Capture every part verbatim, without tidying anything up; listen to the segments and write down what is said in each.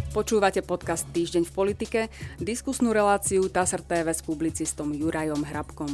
Počúvate podcast Týždeň v politike, diskusnú reláciu TASR té vé s publicistom Jurajom Hrabkom.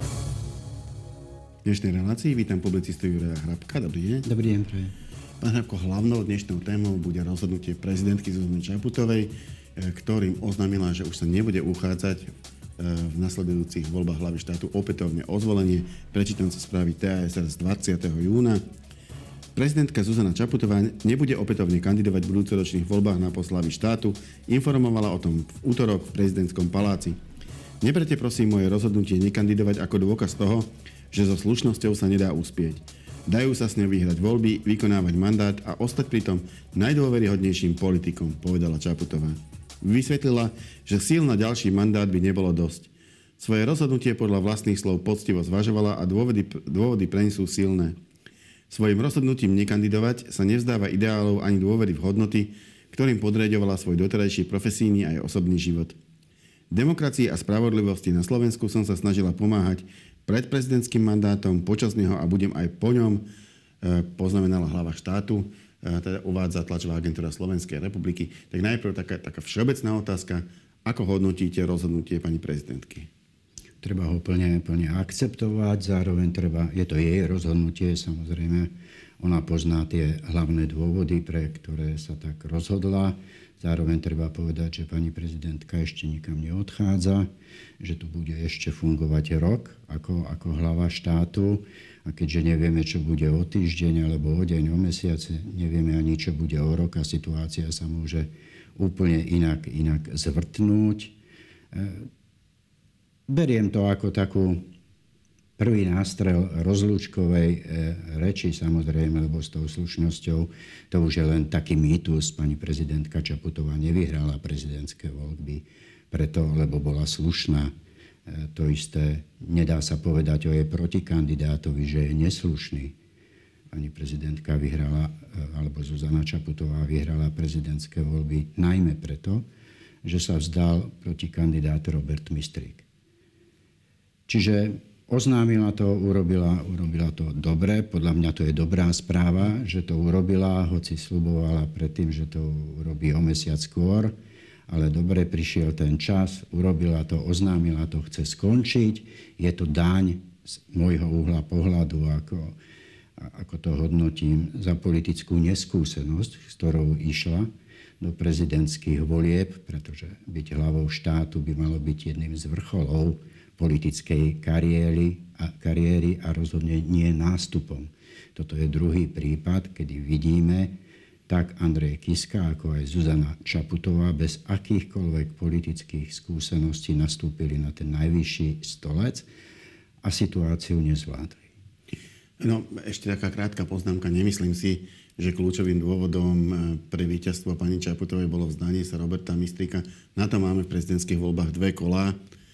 V dnešnej relácii vítam publicistu Juraja Hrabka. Dobrý deň. Dobrý deň, prajem. Pán Hrabko, hlavnou dnešnou témou bude rozhodnutie prezidentky Zuzany Čaputovej, ktorým oznámila, že už sa nebude uchádzať v nasledujúcich voľbách hlavy štátu opätovne o zvolenie. Prečítam sa správy té á es er z dvadsiateho júna. Prezidentka Zuzana Čaputová nebude opätovne kandidovať v budúcoročných voľbách na post hlavy štátu, informovala o tom v útorok v prezidentskom paláci. Neberte prosím moje rozhodnutie nekandidovať ako dôkaz toho, že so slušnosťou sa nedá uspieť. Dajú sa s ňou vyhrať voľby, vykonávať mandát a ostať pritom najdôveryhodnejším politikom, povedala Čaputová. Vysvetlila, že síl na ďalší mandát by nebolo dosť. Svoje rozhodnutie podľa vlastných slov poctivo zvažovala a dôvody, dôvody preň sú silné. Svojim rozhodnutím nekandidovať sa nevzdáva ideálov ani dôvery v hodnoty, ktorým podriaďovala svoj doterajší profesijný aj osobný život. Demokracii a spravodlivosti na Slovensku som sa snažila pomáhať pred prezidentským mandátom, počas neho a budem aj po ňom, poznamenala hlava štátu, teda uvádza tlačová agentúra Slovenskej republiky. Tak najprv taká, taká všeobecná otázka, ako hodnotíte rozhodnutie pani prezidentky? Treba ho plne, plne akceptovať, zároveň treba, je to jej rozhodnutie, samozrejme, ona pozná tie hlavné dôvody, pre ktoré sa tak rozhodla. Zároveň treba povedať, že pani prezidentka ešte nikam neodchádza, že tu bude ešte fungovať rok ako, ako hlava štátu. A keďže nevieme, čo bude o týždeň alebo o deň, o mesiac, nevieme ani, čo bude o rok a situácia sa môže úplne inak, inak zvrtnúť. Beriem to ako takú prvý nástrel rozlúčkovej reči, samozrejme, lebo s tou slušnosťou to už je len taký mýtus. Pani prezidentka Čaputová nevyhrala prezidentské voľby preto, lebo bola slušná. To isté nedá sa povedať o jej protikandidátovi, že je neslušný. Pani prezidentka vyhrala, alebo Zuzana Čaputová vyhrala prezidentské voľby najmä preto, že sa vzdal protikandidát Robert Mistrík. Čiže oznámila to, urobila, urobila to dobre. Podľa mňa to je dobrá správa, že to urobila, hoci sľubovala predtým, že to urobí o mesiac skôr. Ale dobre, prišiel ten čas, urobila to, oznámila to, chce skončiť. Je to daň z môjho uhla pohľadu, ako, ako to hodnotím, za politickú neskúsenosť, s ktorou išla do prezidentských volieb, pretože byť hlavou štátu by malo byť jedným z vrcholov politickej kariéry a, kariéry a rozhodne nie nástupom. Toto je druhý prípad, kedy vidíme, tak Andrej Kiska, ako aj Zuzana Čaputová bez akýchkoľvek politických skúseností nastúpili na ten najvyšší stolec a situáciu nezvládli. No, ešte taká krátka poznámka. Nemyslím si, že kľúčovým dôvodom pre víťazstvo pani Čaputovej bolo vzdanie sa Roberta Mistríka. Na to máme v prezidentských voľbách dve kolá,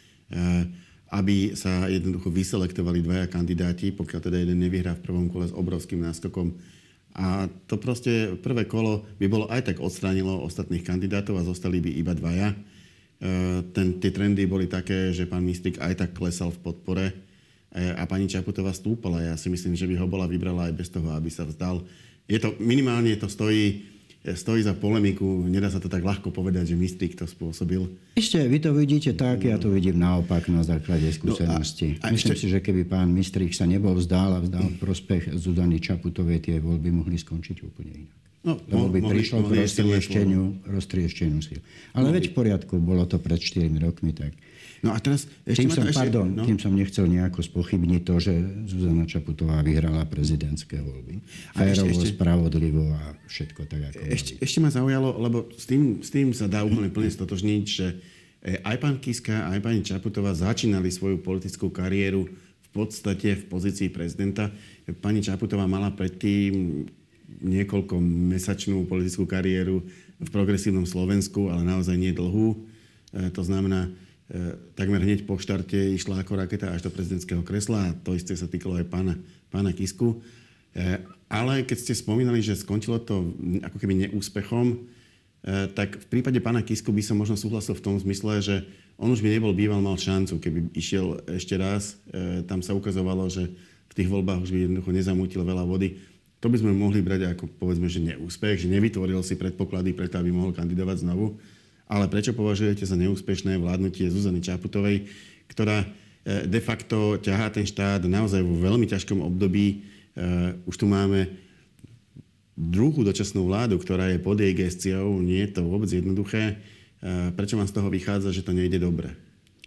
aby sa jednoducho vyselektovali dvaja kandidáti, pokiaľ teda jeden nevyhrá v prvom kole s obrovským náskokom. A to proste prvé kolo by bolo aj tak odstránilo ostatných kandidátov a zostali by iba dvaja. E, ten, tie trendy boli také, že pán Mistrík aj tak klesal v podpore e, a pani Čaputová stúpala. Ja si myslím, že by ho bola vybrala aj bez toho, aby sa vzdal. Je to, minimálne to stojí, stojí za polemiku. Nedá sa to tak ľahko povedať, že Mistrík to spôsobil. Ešte, vy to vidíte tak, ja to vidím naopak na základe skúsenosti. No a, a Myslím ešte... si, že keby pán Mistrík sa nebol vzdal a vzdal prospech Zuzany Čaputovej, tie voľby mohli skončiť úplne inak. No, Lebo by mohli, prišlo mohli k roztriešteniu, roztriešteniu síl. Ale mohli. Veď v poriadku, bolo to pred štyrmi rokmi, tak... No a teraz ešte tým som, ešte, pardon, no. tým som nechcel nejako spochybniť to, že Zuzana Čaputová vyhrala prezidentské voľby. Férovo, ešte, spravodlivo a všetko tak, ako... Ešte, ešte ma zaujalo, lebo s tým, s tým sa dá úplne plne stotožniť, že aj pán Kiska, aj pani Čaputová začínali svoju politickú kariéru v podstate v pozícii prezidenta. Pani Čaputová mala predtým niekoľko mesačnú politickú kariéru v progresívnom Slovensku, ale naozaj nie dlhú. To znamená, takmer hneď po štarte išla ako raketa až do prezidentského kresla a to isté sa týkalo aj pána, pána Kisku. Ale keď ste spomínali, že skončilo to ako keby neúspechom, tak v prípade pána Kisku by som možno súhlasil v tom zmysle, že on už by nebol býval mal šancu, keby išiel ešte raz. Tam sa ukazovalo, že v tých voľbách už by jednoducho nezamútil veľa vody. To by sme mohli brať ako, povedzme, že neúspech, že nevytvoril si predpoklady preto, aby mohol kandidovať znovu. Ale prečo považujete za neúspešné vládnutie Zuzany Čaputovej, ktorá de facto ťahá ten štát naozaj vo veľmi ťažkom období? Už tu máme druhú dočasnú vládu, ktorá je pod jej gestiou. Nie je to vôbec jednoduché. Prečo vám z toho vychádza, že to nejde dobre?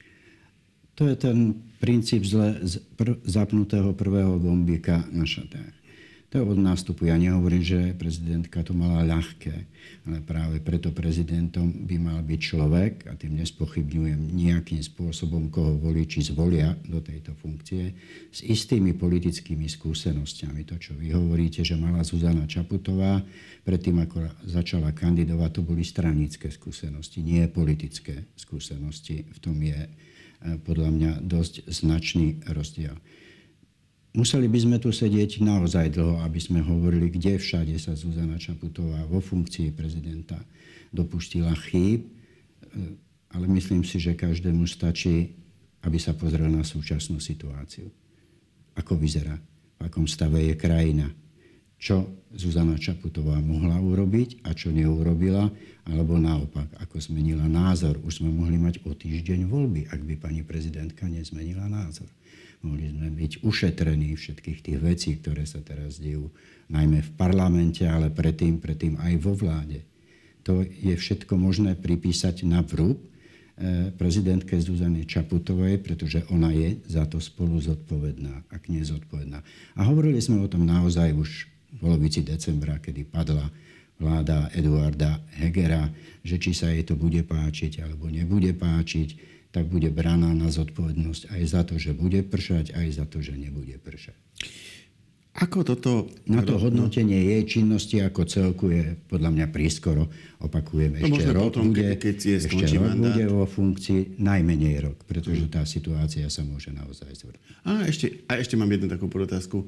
To je ten princíp zle pr- zapnutého prvého gombíka na šaté. To od nástupu. Ja nehovorím, že prezidentka to mala ľahké, ale práve preto prezidentom by mal byť človek, a tým nespochybňujem nejakým spôsobom, koho voliči zvolia do tejto funkcie, s istými politickými skúsenostiami. To, čo vy hovoríte, že mala Zuzana Čaputová, predtým ako začala kandidovať, to boli stranické skúsenosti, nie politické skúsenosti. V tom je podľa mňa dosť značný rozdiel. Museli by sme tu sedieť naozaj dlho, aby sme hovorili, kde všade sa Zuzana Čaputová vo funkcii prezidenta dopustila chýb, ale myslím si, že každému stačí, aby sa pozrel na súčasnú situáciu. Ako vyzerá, v akom stave je krajina, čo Zuzana Čaputová mohla urobiť a čo neurobila, alebo naopak, ako zmenila názor. Už sme mohli mať o týždeň voľby, ak by pani prezidentka nezmenila názor. Mohli sme byť ušetrení všetkých tých vecí, ktoré sa teraz dejú, najmä v parlamente, ale predtým, predtým aj vo vláde. To je všetko možné pripísať na vrúb prezidentke Zuzane Čaputovej, pretože ona je za to spolu zodpovedná, ak nie zodpovedná. A hovorili sme o tom naozaj už v polovici decembra, kedy padla vláda Eduarda Hegera, že či sa jej to bude páčiť alebo nebude páčiť, tak bude braná na zodpovednosť aj za to, že bude pršať, aj za to, že nebude pršať. Ako toto... Na to hodnotenie jej činnosti ako celku je podľa mňa prískoro. Opakujem, no, ešte rok, potom, bude, keď si je ešte rok mandát. bude vo funkcii, najmenej rok, pretože tá situácia sa môže naozaj zvrhnúť. A ešte, a ešte mám jednu takú podotázku.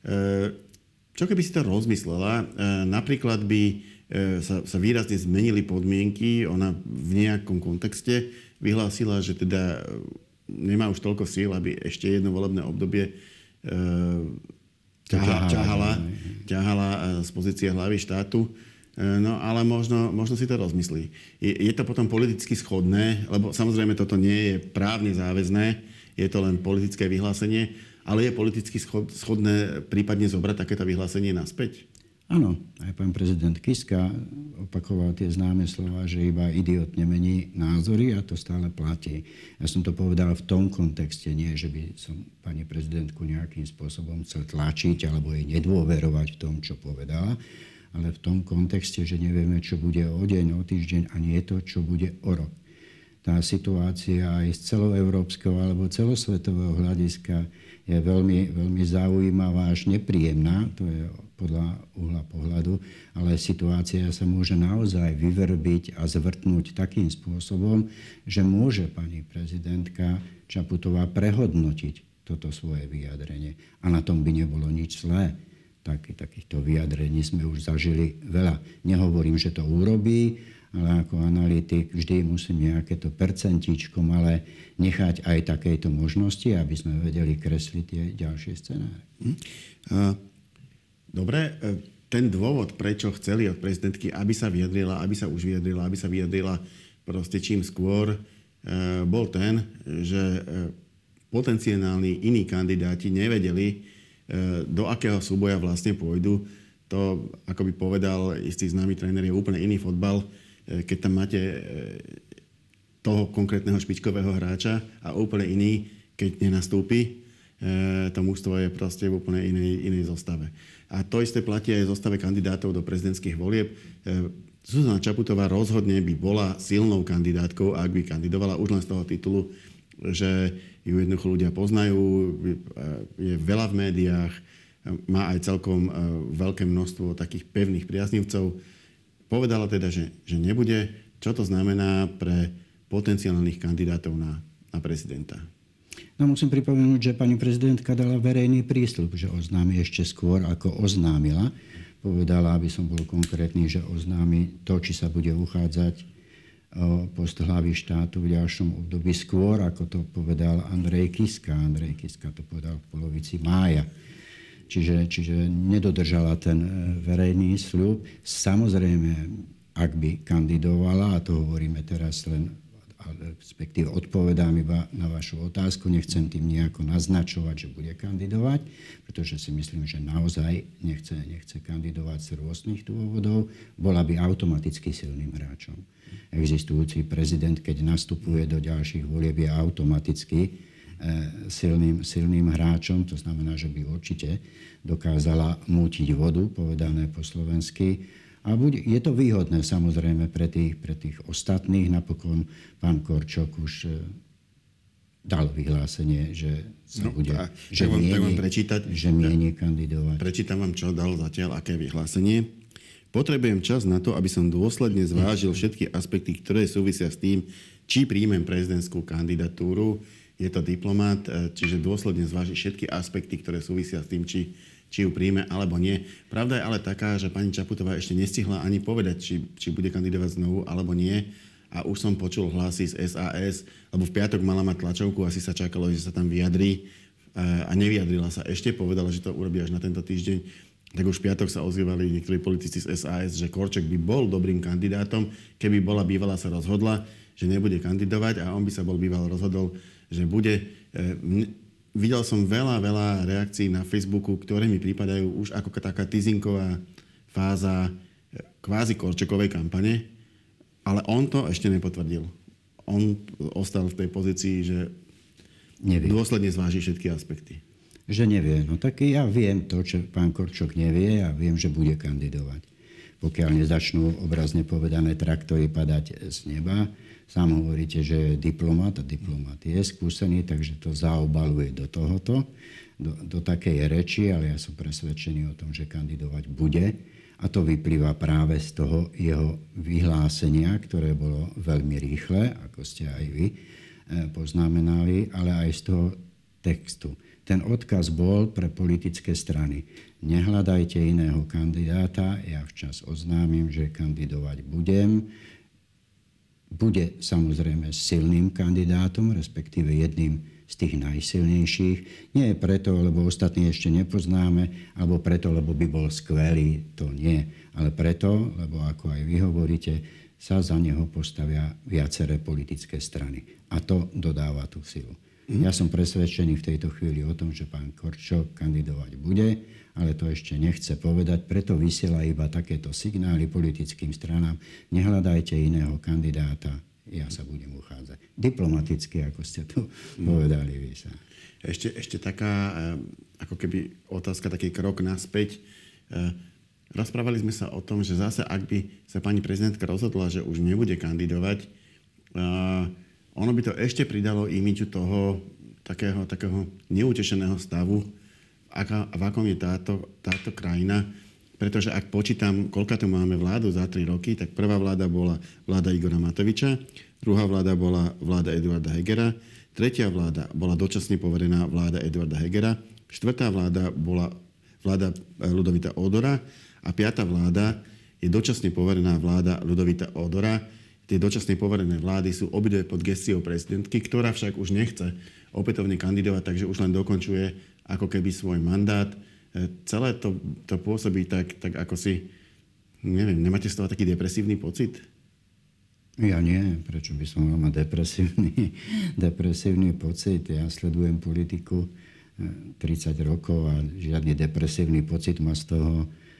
Čo keby si to rozmyslela? Napríklad by sa, sa výrazne zmenili podmienky, ona v nejakom kontexte vyhlásila, že teda nemá už toľko síl, aby ešte jedno volebné obdobie ťahala, ťahala, ťahala z pozície hlavy štátu. No ale možno, možno si to rozmyslí. Je, je to potom politicky schodné, lebo samozrejme toto nie je právne záväzné, je to len politické vyhlásenie, ale je politicky schodné prípadne zobrať takéto vyhlásenie naspäť? Áno, aj pán prezident Kiska opakoval tie známe slova, že iba idiot nemení názory a to stále platí. Ja som to povedal v tom kontexte, nie, že by som pani prezidentku nejakým spôsobom chcel tlačiť alebo jej nedôverovať v tom, čo povedala, ale v tom kontexte, že nevieme, čo bude o deň, o týždeň a nie to, čo bude o rok. Tá situácia aj z celoeurópskeho alebo celosvetového hľadiska je veľmi, veľmi zaujímavá až nepríjemná, to je podľa uhla pohľadu, ale situácia sa môže naozaj vyvrbiť a zvrtnúť takým spôsobom, že môže pani prezidentka Čaputová prehodnotiť toto svoje vyjadrenie. A na tom by nebolo nič zlé. Tak, takýchto vyjadrení sme už zažili veľa. Nehovorím, že to urobí, ale ako analytik vždy musím nejaké to percentíčko malé nechať aj takejto možnosti, aby sme vedeli kresliť tie ďalšie scenáre. Hm. Dobre, ten dôvod, prečo chceli od prezidentky, aby sa vyjadrila, aby sa už vyjadrila, aby sa vyjadrila proste čím skôr, bol ten, že potenciálni iní kandidáti nevedeli, do akého súboja vlastne pôjdu. To, ako by povedal istý známy tréner, je úplne iný fotbal, keď tam máte toho konkrétneho špičkového hráča a úplne iný, keď nenastúpi. To mužstvo je proste v úplne inej, inej zostave. A to isté platí aj v zostave kandidátov do prezidentských volieb. Zuzana Čaputová rozhodne by bola silnou kandidátkou, ak by kandidovala už len z toho titulu, že ju jednoducho ľudia poznajú, je veľa v médiách, má aj celkom veľké množstvo takých pevných priaznivcov. Povedala teda, že, že nebude. Čo to znamená pre potenciálnych kandidátov na, na prezidenta? No musím pripomenúť, že pani prezidentka dala verejný prísľub, že oznámi ešte skôr, ako oznámila. Povedala, aby som bol konkrétny, že oznámi to, či sa bude uchádzať o post hlavy štátu v ďalšom období skôr, ako to povedal Andrej Kiska. Andrej Kiska to povedal v polovici mája. čiže, čiže nedodržala ten verejný sľub. Samozrejme, ak by kandidovala, a to hovoríme teraz len, respektíve odpovedám iba na vašu otázku, nechcem tým nejako naznačovať, že bude kandidovať, pretože si myslím, že naozaj nechce, nechce kandidovať z rôznych dôvodov, bola by automaticky silným hráčom. Existujúci prezident, keď nastupuje do ďalších volieb, je automaticky e, silným, silným hráčom, to znamená, že by určite dokázala mútiť vodu, povedané po slovensky. A bude, je to výhodné samozrejme pre tých, pre tých ostatných. Napokon pán Korčok už e, dal vyhlásenie, že sa no, bude, a, že, vám, mieni, prečítať, že mieni kandidovať. Prečítam vám, čo dal zatiaľ, aké vyhlásenie. Potrebujem čas na to, aby som dôsledne zvážil všetky aspekty, ktoré súvisia s tým, či príjmem prezidentskú kandidatúru. Je to diplomát, čiže dôsledne zváži všetky aspekty, ktoré súvisia s tým, či či ju príjme alebo nie. Pravda je ale taká, že pani Čaputová ešte nestihla ani povedať, či, či bude kandidovať znovu alebo nie. A už som počul hlasy z es a es, lebo v piatok mala mať tlačovku, asi sa čakalo, že sa tam vyjadrí a nevyjadrila sa ešte, povedala, že to urobí až na tento týždeň. Tak už v piatok sa ozývali niektorí politici z es a es, že Korčok by bol dobrým kandidátom, keby bola bývalá sa rozhodla, že nebude kandidovať a on by sa bol býval rozhodol, že bude. Videl som veľa, veľa reakcií na Facebooku, ktoré mi pripadajú už ako taká tyzinková fáza kvázi Korčokovej kampane, ale on to ešte nepotvrdil. On ostal v tej pozícii, že nevie. Dôsledne zváži všetky aspekty. Že nevie. No tak ja viem to, čo pán Korčok nevie a viem, že bude kandidovať. Pokiaľ nezačnú obrazne povedané traktory padať z neba. Sám hovoríte, že je diplomat a diplomat je skúsený, takže to zaobaluje do tohoto, do, do takej reči, ale ja som presvedčený o tom, že kandidovať bude. A to vyplýva práve z toho jeho vyhlásenia, ktoré bolo veľmi rýchle, ako ste aj vy poznamenali, ale aj z toho textu. Ten odkaz bol pre politické strany. Nehľadajte iného kandidáta, ja včas oznámim, že kandidovať budem. Bude samozrejme silným kandidátom, respektíve jedným z tých najsilnejších. Nie je preto, lebo ostatní ešte nepoznáme, alebo preto, lebo by bol skvelý, to nie. Ale preto, lebo ako aj vy hovoríte, sa za neho postavia viaceré politické strany. A to dodáva tú silu. Mm. Ja som presvedčený v tejto chvíli o tom, že pán Korčok kandidovať bude, ale to ešte nechce povedať, preto vysiela iba takéto signály politickým stranám. Nehľadajte iného kandidáta, ja sa budem uchádzať. Diplomaticky, ako ste tu mm. povedali vy sa. Ešte, ešte taká, ako keby otázka, taký krok naspäť. Rozprávali sme sa o tom, že zase, ak by sa pani prezidentka rozhodla, že už nebude kandidovať, ono by to ešte pridalo imidžu toho takého, takého neutešeného stavu, aká, v akom je táto, táto krajina. Pretože ak počítam, koľka tu máme vládu za tri roky, tak prvá vláda bola vláda Igora Matoviča, druhá vláda bola vláda Eduarda Hegera, tretia vláda bola dočasne poverená vláda Eduarda Hegera, štvrtá vláda bola vláda Ľudovita Ódora a piata vláda je dočasne poverená vláda Ľudovita Ódora. Tie dočasne poverené vlády sú obidve pod gestiou prezidentky, ktorá však už nechce opätovne kandidovať, takže už len dokončuje ako keby svoj mandát. Celé to, to pôsobí tak, tak ako si, neviem, nemáte z toho taký depresívny pocit? Ja nie, prečo by som mal mať depresívny, depresívny pocit. Ja sledujem politiku tridsať rokov a žiadny depresívny pocit ma z toho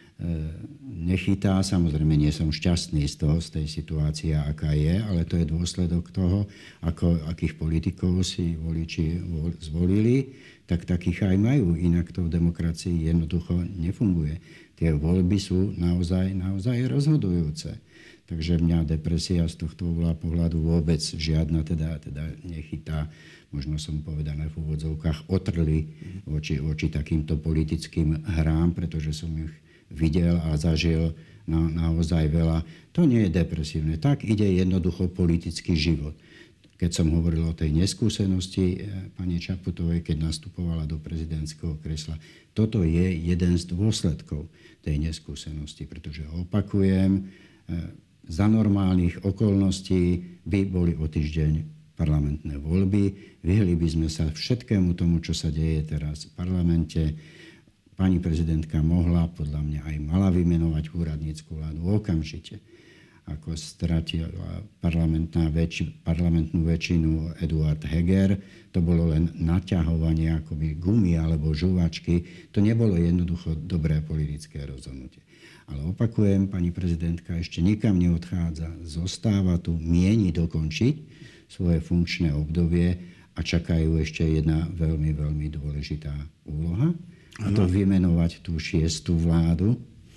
nechytá. Samozrejme, nie som šťastný z toho, z tej situácie, aká je, ale to je dôsledok toho, ako, akých politikov si voliči zvolili, tak takých aj majú. Inak to v demokracii jednoducho nefunguje. Tie voľby sú naozaj, naozaj rozhodujúce. Takže mňa depresia z tohto pohľadu vôbec žiadna teda, teda nechytá. Možno som povedané v úvodzovkách otrli voči, voči takýmto politickým hrám, pretože som ich videl a zažil na, naozaj veľa. To nie je depresívne. Tak ide jednoducho politický život. Keď som hovoril o tej neskúsenosti pani Čaputovej, keď nastupovala do prezidentského kresla, toto je jeden z dôsledkov tej neskúsenosti, pretože opakujem, za normálnych okolností by boli o týždeň parlamentné voľby, vyhli by sme sa všetkému tomu, čo sa deje teraz v parlamente. pani prezidentka mohla, podľa mňa aj mala vymenovať úradnícku vládu okamžite. Ako stratila parlamentná väč- parlamentnú väčšinu Eduard Heger, to bolo len naťahovanie akoby gumy alebo žuvačky. To nebolo jednoducho dobré politické rozhodnutie. Ale opakujem, pani prezidentka ešte nikam neodchádza, zostáva tu, mieni dokončiť svoje funkčné obdobie a čakajú ešte jedna veľmi, veľmi dôležitá úloha. A to vymenovať tú šiestu vládu,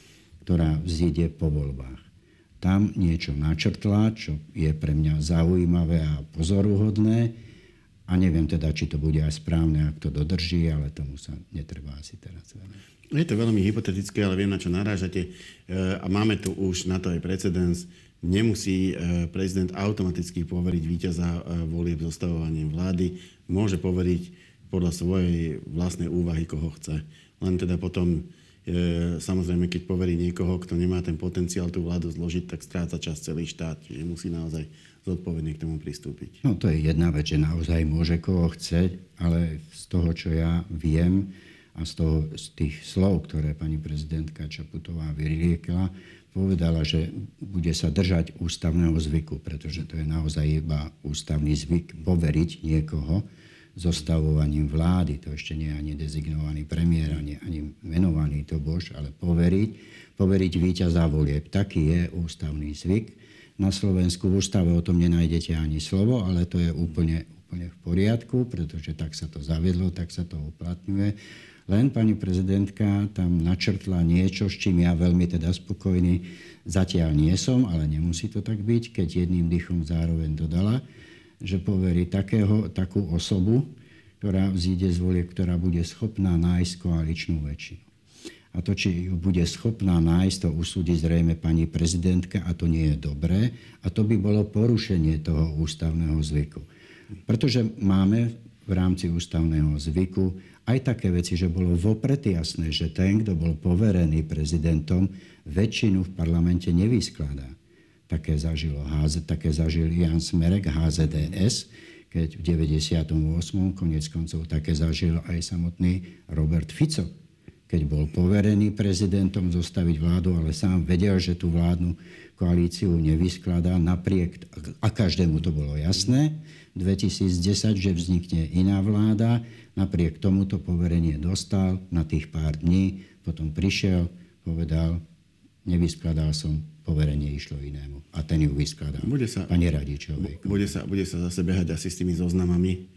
ktorá vzíde po voľbách. Tam niečo načrtla, čo je pre mňa zaujímavé a pozoruhodné. A neviem teda, či to bude aj správne, ak to dodrží, ale tomu sa netreba asi teraz venovať. Je to veľmi hypotetické, ale viem, na čo narážate. A máme tu už na to aj precedens. Nemusí prezident automaticky poveriť víťaza volieb zostavovaním vlády. Môže poveriť podľa svojej vlastnej úvahy, koho chce. Len teda potom, samozrejme, keď poverí niekoho, kto nemá ten potenciál tú vládu zložiť, tak stráca čas celý štát. Čiže musí naozaj zodpovedne k tomu pristúpiť. No to je jedna vec, že naozaj môže koho chceť, ale z toho, čo ja viem a z, toho, z tých slov, ktoré pani prezidentka Čaputová vyriekla, povedala, že bude sa držať ústavného zvyku, pretože to je naozaj iba ústavný zvyk poveriť niekoho zostavovaním vlády. To ešte nie je ani dezignovaný premiér, ani, ani menovaný to bož, ale poveriť, poveriť víťaza volieb. Taký je ústavný zvyk. Na Slovensku v ústave o tom nenájdete ani slovo, ale to je úplne, úplne v poriadku, pretože tak sa to zaviedlo, tak sa to uplatňuje. Len pani prezidentka tam načrtla niečo, s čím ja veľmi teda spokojný zatiaľ nie som, ale nemusí to tak byť, keď jedným dýchom zároveň dodala, že poverí takého, takú osobu, ktorá vzíde z volieb, ktorá bude schopná nájsť koaličnú väčšinu. A to, či ju bude schopná nájsť, to usúdi zrejme pani prezidentka a to nie je dobré. A to by bolo porušenie toho ústavného zvyku. Pretože máme v rámci ústavného zvyku aj také veci, že bolo vopred jasné, že ten, kto bol poverený prezidentom, väčšinu v parlamente nevyskladá. Také, zažilo, také zažil Jan Smerek, há zet dé es, keď v deväťdesiatom ôsmom koniec koncov také zažil aj samotný Robert Fico, keď bol poverený prezidentom zostaviť vládu, ale sám vedel, že tú vládnu koalíciu nevyskladá napriek, a každému to bolo jasné, dvetisícdesať, že vznikne iná vláda, napriek tomuto poverenie dostal na tých pár dní, potom prišiel, povedal, nevyskladal som, poverenie išlo inému. A ten ju vyskladal. Bude sa, pani Radičovej. Bude sa, bude sa zase behať asi s tými zoznamami,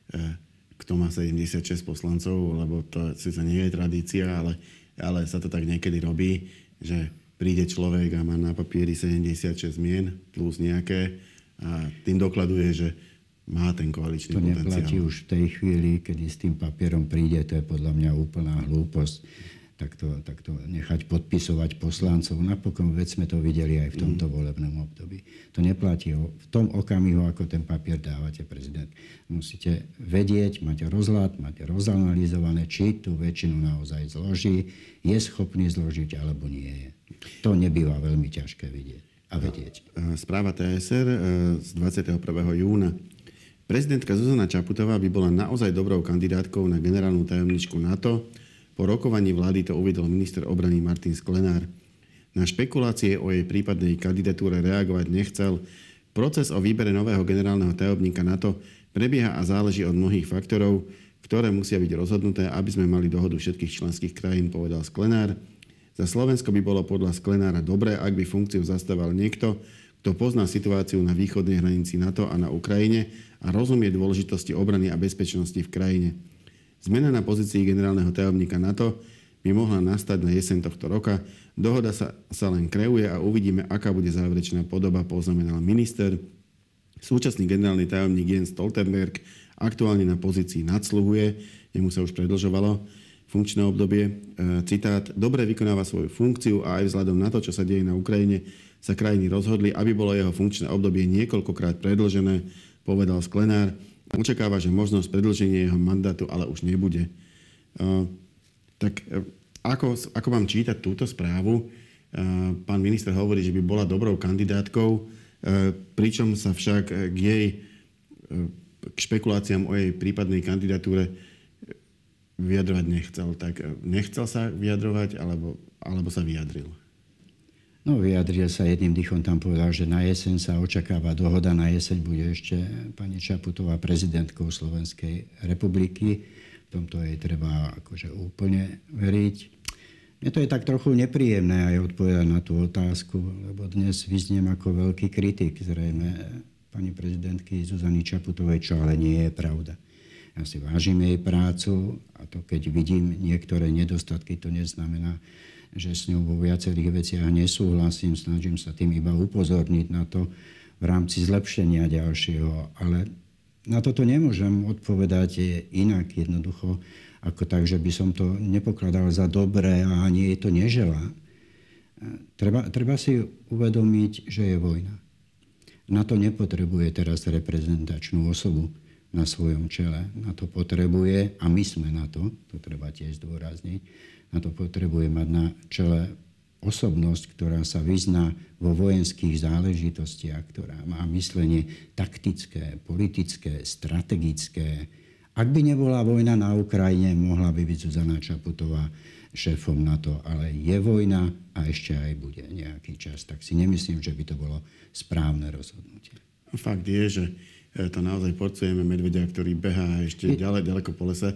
kto má sedemdesiatšesť poslancov, lebo to síce nie je tradícia, ale, ale sa to tak niekedy robí, že príde človek a má na papieri sedemdesiatšesť mien plus nejaké a tým dokladuje, že má ten koaličný to potenciál. To neplatí už v tej chvíli, kedy s tým papierom príde, to je podľa mňa úplná hlúposť. Tak to, tak to nechať podpisovať poslancov. Napokon veď sme to videli aj v tomto volebnom období. To neplatí v tom okamihu, ako ten papier dávate prezident. Musíte vedieť, mať rozhľad, mať rozanalizované, či tú väčšinu naozaj zloží, je schopný zložiť, alebo nie je. To nebýva veľmi ťažké vidieť a vedieť. Správa té es er z dvadsiateho prvého júna. Prezidentka Zuzana Čaputová by bola naozaj dobrou kandidátkou na generálnu tajomničku NATO. Po rokovaní vlády to uviedol minister obrany Martin Sklenár. Na špekulácie o jej prípadnej kandidatúre reagovať nechcel. Proces o výbere nového generálneho tajomníka NATO prebieha a záleží od mnohých faktorov, ktoré musia byť rozhodnuté, aby sme mali dohodu všetkých členských krajín, povedal Sklenár. Za Slovensko by bolo podľa Sklenára dobré, ak by funkciu zastával niekto, kto pozná situáciu na východnej hranici NATO a na Ukrajine a rozumie dôležitosti obrany a bezpečnosti v krajine. Zmena na pozícii generálneho tajomníka NATO by mohla nastať na jeseň tohto roka. Dohoda sa, sa len kreuje a uvidíme, aká bude záverečná podoba, poznamenal minister. Súčasný generálny tajomník Jens Stoltenberg aktuálne na pozícii nadsluhuje, jemu sa už predĺžovalo funkčné obdobie. Citát, dobre vykonáva svoju funkciu a aj vzhľadom na to, čo sa deje na Ukrajine, sa krajiny rozhodli, aby bolo jeho funkčné obdobie niekoľkokrát predĺžené, povedal Sklenár. Očakáva, že možnosť predĺženia jeho mandátu ale už nebude. Uh, tak uh, ako, ako mám čítať túto správu? Uh, pán minister hovorí, že by bola dobrou kandidátkou, uh, pričom sa však k jej uh, k špekuláciám o jej prípadnej kandidatúre vyjadrovať nechcel. Tak nechcel sa vyjadrovať, alebo, alebo sa vyjadril? No, vyjadril sa jedným dýchom, tam povedal, že na jeseň sa očakáva dohoda, na jeseň bude ešte pani Čaputová prezidentkou Slovenskej republiky. V tomto jej treba akože úplne veriť. Mne to je tak trochu nepríjemné aj odpovedať na tú otázku, lebo dnes vyzniem ako veľký kritik zrejme pani prezidentky Zuzany Čaputovej, čo ale nie je pravda. Ja si vážim jej prácu a to, keď vidím niektoré nedostatky, to neznamená, že s ňou vo viacerých veciach nesúhlasím, snažím sa tým iba upozorniť na to v rámci zlepšenia ďalšieho. Ale na toto nemôžem odpovedať inak jednoducho, ako tak, že by som to nepokladal za dobré a ani jej to neželá. Treba, treba si uvedomiť, že je vojna. Na to nepotrebuje teraz reprezentačnú osobu na svojom čele. Na to potrebuje, a my sme na to, to treba tiež zdôrazniť, na to potrebuje mať na čele osobnosť, ktorá sa vyzná vo vojenských záležitostiach, ktorá má myslenie taktické, politické, strategické. Ak by nebola vojna na Ukrajine, mohla by byť Zuzana Čaputová šéfom NATO, ale je vojna a ešte aj bude nejaký čas. Tak si nemyslím, že by to bolo správne rozhodnutie. Fakt je, že to naozaj porcujeme medvedia, ktorý behá ešte ďalej, ďaleko po lese.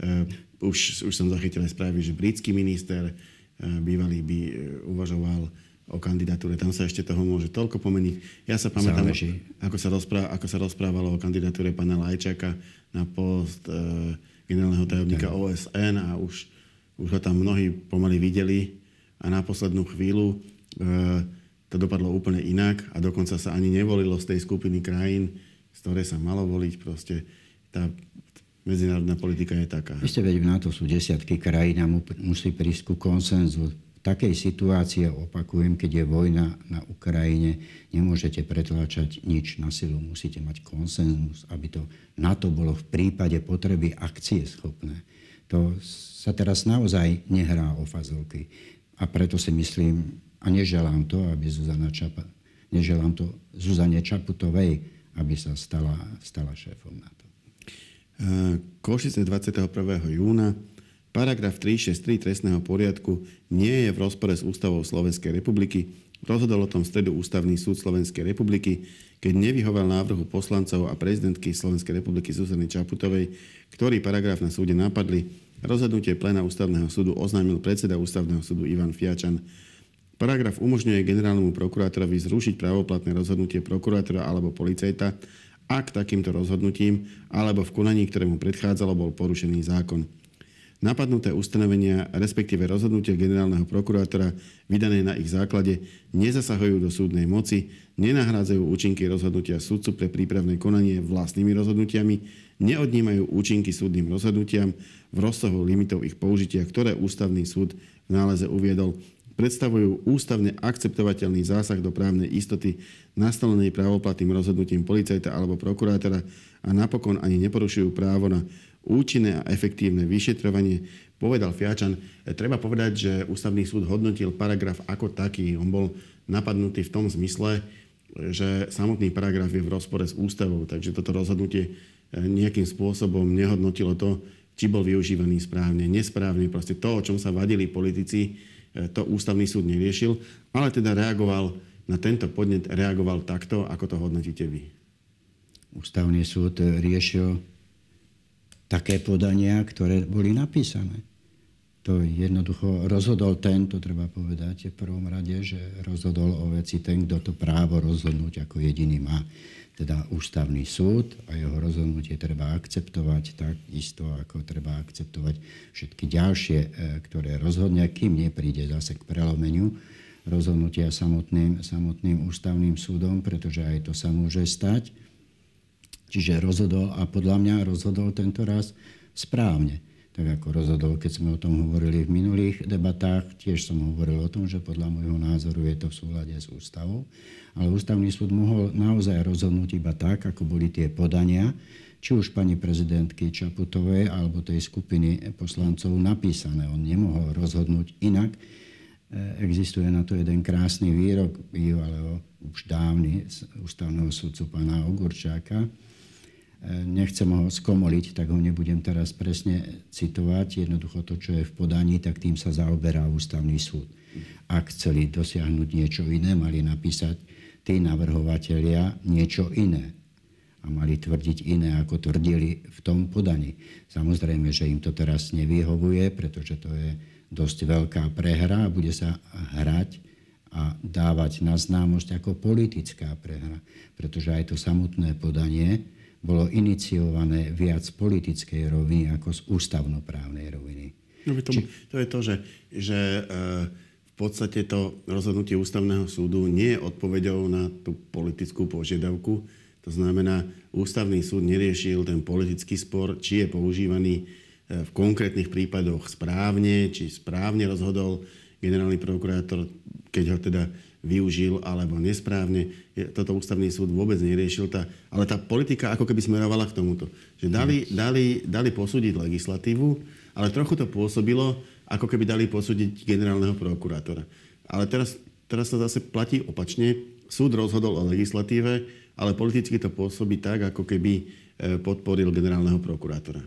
Už, už som zachytil aj správy, že britský minister bývalý by uvažoval o kandidatúre. Tam sa ešte toho môže toľko pomeniť. Ja sa pamätám, ako sa, rozpráv, ako sa rozprávalo o kandidatúre pána Lajčáka na post e, generálneho tajomníka O S N a už, už ho tam mnohí pomaly videli a na poslednú chvíľu e, to dopadlo úplne inak a dokonca sa ani nevolilo z tej skupiny krajín, z ktorej sa malo voliť. Proste tá medzinárodná politika je taká. Vy ste vedeli, na to sú desiatky krajín a musí prísť ku konsenzu. V takej situácii, opakujem, keď je vojna na Ukrajine, nemôžete pretláčať nič na silu. Musíte mať konsenzus, aby to NATO bolo v prípade potreby akcie schopné. To sa teraz naozaj nehrá o fazolky. A preto si myslím, a neželám to, aby Zuzana Čapa, neželám to Zuzane Čaputovej, aby sa stala, stala šéfom NATO. Košice dvadsiateho prvého júna. Paragraf tristošesťdesiattri trestného poriadku nie je v rozpore s ústavou Slovenskej republiky. Rozhodol o tom v stredu Ústavný súd Slovenskej republiky, keď nevyhoval návrhu poslancov a prezidentky Slovenskej republiky Zuzany Čaputovej, ktorý paragraf na súde napadli. Rozhodnutie pléna Ústavného súdu oznámil predseda Ústavného súdu Ivan Fiačan. Paragraf umožňuje generálnemu prokurátorovi zrušiť právoplatné rozhodnutie prokurátora alebo policajta, ak takýmto rozhodnutím alebo v konaní, ktorému predchádzalo, bol porušený zákon. Napadnuté ustanovenia, respektíve rozhodnutie generálneho prokurátora vydané na ich základe, nezasahujú do súdnej moci, nenahrádzajú účinky rozhodnutia sudcu pre prípravné konanie vlastnými rozhodnutiami, neodnímajú účinky súdnym rozhodnutiam v rozsahu limitov ich použitia, ktoré Ústavný súd v náleze uviedol, predstavujú ústavne akceptovateľný zásah do právnej istoty nastolenej právoplatným rozhodnutím policajta alebo prokurátora a napokon ani neporušujú právo na účinné a efektívne vyšetrovanie, povedal Fiačan. Treba povedať, že Ústavný súd hodnotil paragraf ako taký. On bol napadnutý v tom zmysle, že samotný paragraf je v rozpore s ústavou, takže toto rozhodnutie nejakým spôsobom nehodnotilo to, či bol využívaný správne, nesprávne. Proste to, o čom sa vadili politici, to Ústavný súd neriešil, ale teda reagoval na tento podnet, reagoval takto, ako to hodnotíte vy. Ústavný súd riešil také podania, ktoré boli napísané. To jednoducho rozhodol ten, to treba povedať v prvom rade, že rozhodol o veci ten, kto to právo rozhodnúť ako jediný má. Teda Ústavný súd a jeho rozhodnutie treba akceptovať tak isto, ako treba akceptovať všetky ďalšie, ktoré rozhodne, kým nepríde zase k prelomeniu rozhodnutia samotným, samotným Ústavným súdom, pretože aj to sa môže stať. Čiže rozhodol a podľa mňa rozhodol tento raz správne. Tak ako rozhodol, keď sme o tom hovorili v minulých debatách, tiež som hovoril o tom, že podľa môjho názoru je to v súlade s ústavou. Ale Ústavný súd mohol naozaj rozhodnúť iba tak, ako boli tie podania, či už pani prezidentky Čaputovej alebo tej skupiny poslancov napísané. On nemohol rozhodnúť inak. Existuje na to jeden krásny výrok bývalého už dávny ústavného sudcu pána Ogorčáka. nechcem ho skomoliť, tak ho nebudem teraz presne citovať. Jednoducho to, čo je v podaní, tak tým sa zaoberá ústavný súd. Ak chceli dosiahnuť niečo iné, mali napísať tí navrhovatelia niečo iné. A mali tvrdiť iné, ako tvrdili v tom podaní. Samozrejme, že im to teraz nevyhovuje, pretože to je dosť veľká prehra a bude sa hrať a dávať na známosť ako politická prehra. Pretože aj to samotné podanie bolo iniciované viac z politickej roviny ako z ústavnoprávnej roviny. No, to, Či... to je to, že, že v podstate to rozhodnutie ústavného súdu nie je odpoveďou na tú politickú požiadavku. To znamená, ústavný súd neriešil ten politický spor, či je používaný v konkrétnych prípadoch správne, či správne rozhodol generálny prokurátor, keď ho teda využil, alebo nesprávne. Toto ústavný súd vôbec neriešil. Tá, ale tá politika ako keby smerovala k tomuto. Že dali, dali, dali posúdiť legislatívu, ale trochu to pôsobilo, ako keby dali posúdiť generálneho prokurátora. Ale teraz, teraz sa zase platí opačne. Súd rozhodol o legislatíve, ale politicky to pôsobí tak, ako keby podporil generálneho prokurátora.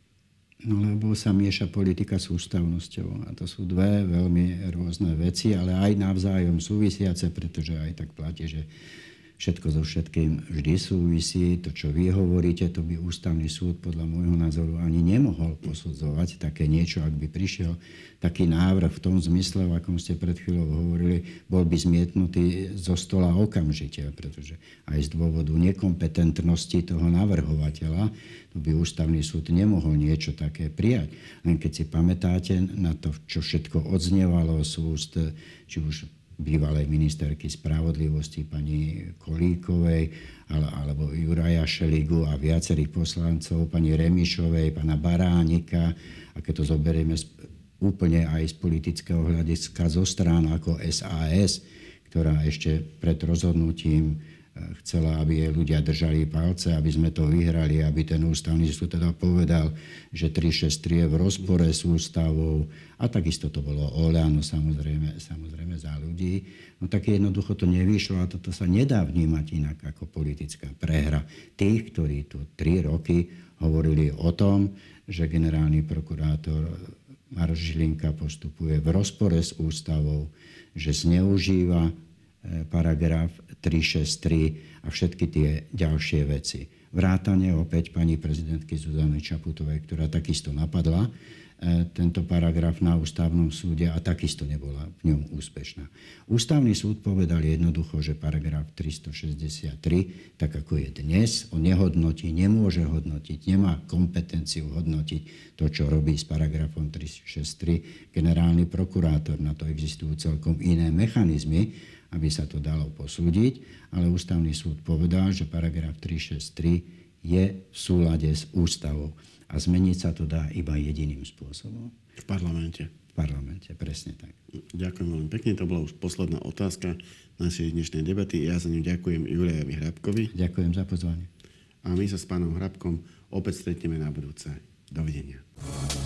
No lebo sa mieša politika s ústavnosťou. A to sú dve veľmi rôzne veci, ale aj navzájom súvisiace, pretože aj tak platí, že všetko so všetkým vždy súvisí. To, čo vy hovoríte, to by ústavný súd podľa môjho názoru ani nemohol posudzovať také niečo, ak by prišiel taký návrh v tom zmysle, v akom ste pred chvíľou hovorili, bol by zmietnutý zo stola okamžite, pretože aj z dôvodu nekompetentnosti toho navrhovateľa to by ústavný súd nemohol niečo také prijať. Len keď si pamätáte na to, čo všetko odznievalo z úst, či už bývalej ministerky spravodlivosti pani Kolíkovej alebo Juraja Šeligu a viacerých poslancov, pani Remišovej, pana Baránika, a keď to zoberieme úplne aj z politického hľadiska zo strán ako es a es, ktorá ešte pred rozhodnutím chcela, aby jej ľudia držali palce, aby sme to vyhrali, aby ten ústavný súd teda povedal, že tri šesť tri je v rozpore s ústavou. A takisto to bolo Oľano, samozrejme, samozrejme za ľudí. No tak jednoducho to nevyšlo a toto sa nedá vnímať inak ako politická prehra tých, ktorí tu tri roky hovorili o tom, že generálny prokurátor Maroš Žilinka postupuje v rozpore s ústavou, že zneužíva paragraf tri šesť tri a všetky tie ďalšie veci. Vrátane opäť pani prezidentky Zuzany Čaputovej, ktorá takisto napadla tento paragraf na ústavnom súde a takisto nebola v ňom úspešná. Ústavný súd povedal jednoducho, že paragraf tristošesťdesiattri, tak ako je dnes, on nehodnotí, nemôže hodnotiť, nemá kompetenciu hodnotiť to, čo robí s paragrafom tri šesť tri generálny prokurátor. Na to existujú celkom iné mechanizmy, aby sa to dalo posúdiť, ale ústavný súd povedal, že paragraf tri šesť tri je v súlade s ústavou. A zmeniť sa to dá iba jediným spôsobom. V parlamente. V parlamente, presne tak. Ďakujem veľmi pekne. To bola už posledná otázka našej dnešnej debaty. Ja za ňu ďakujem Jurajovi Hrabkovi. Ďakujem za pozvanie. A my sa s pánom Hrabkom opäť stretneme na budúce. Dovidenia.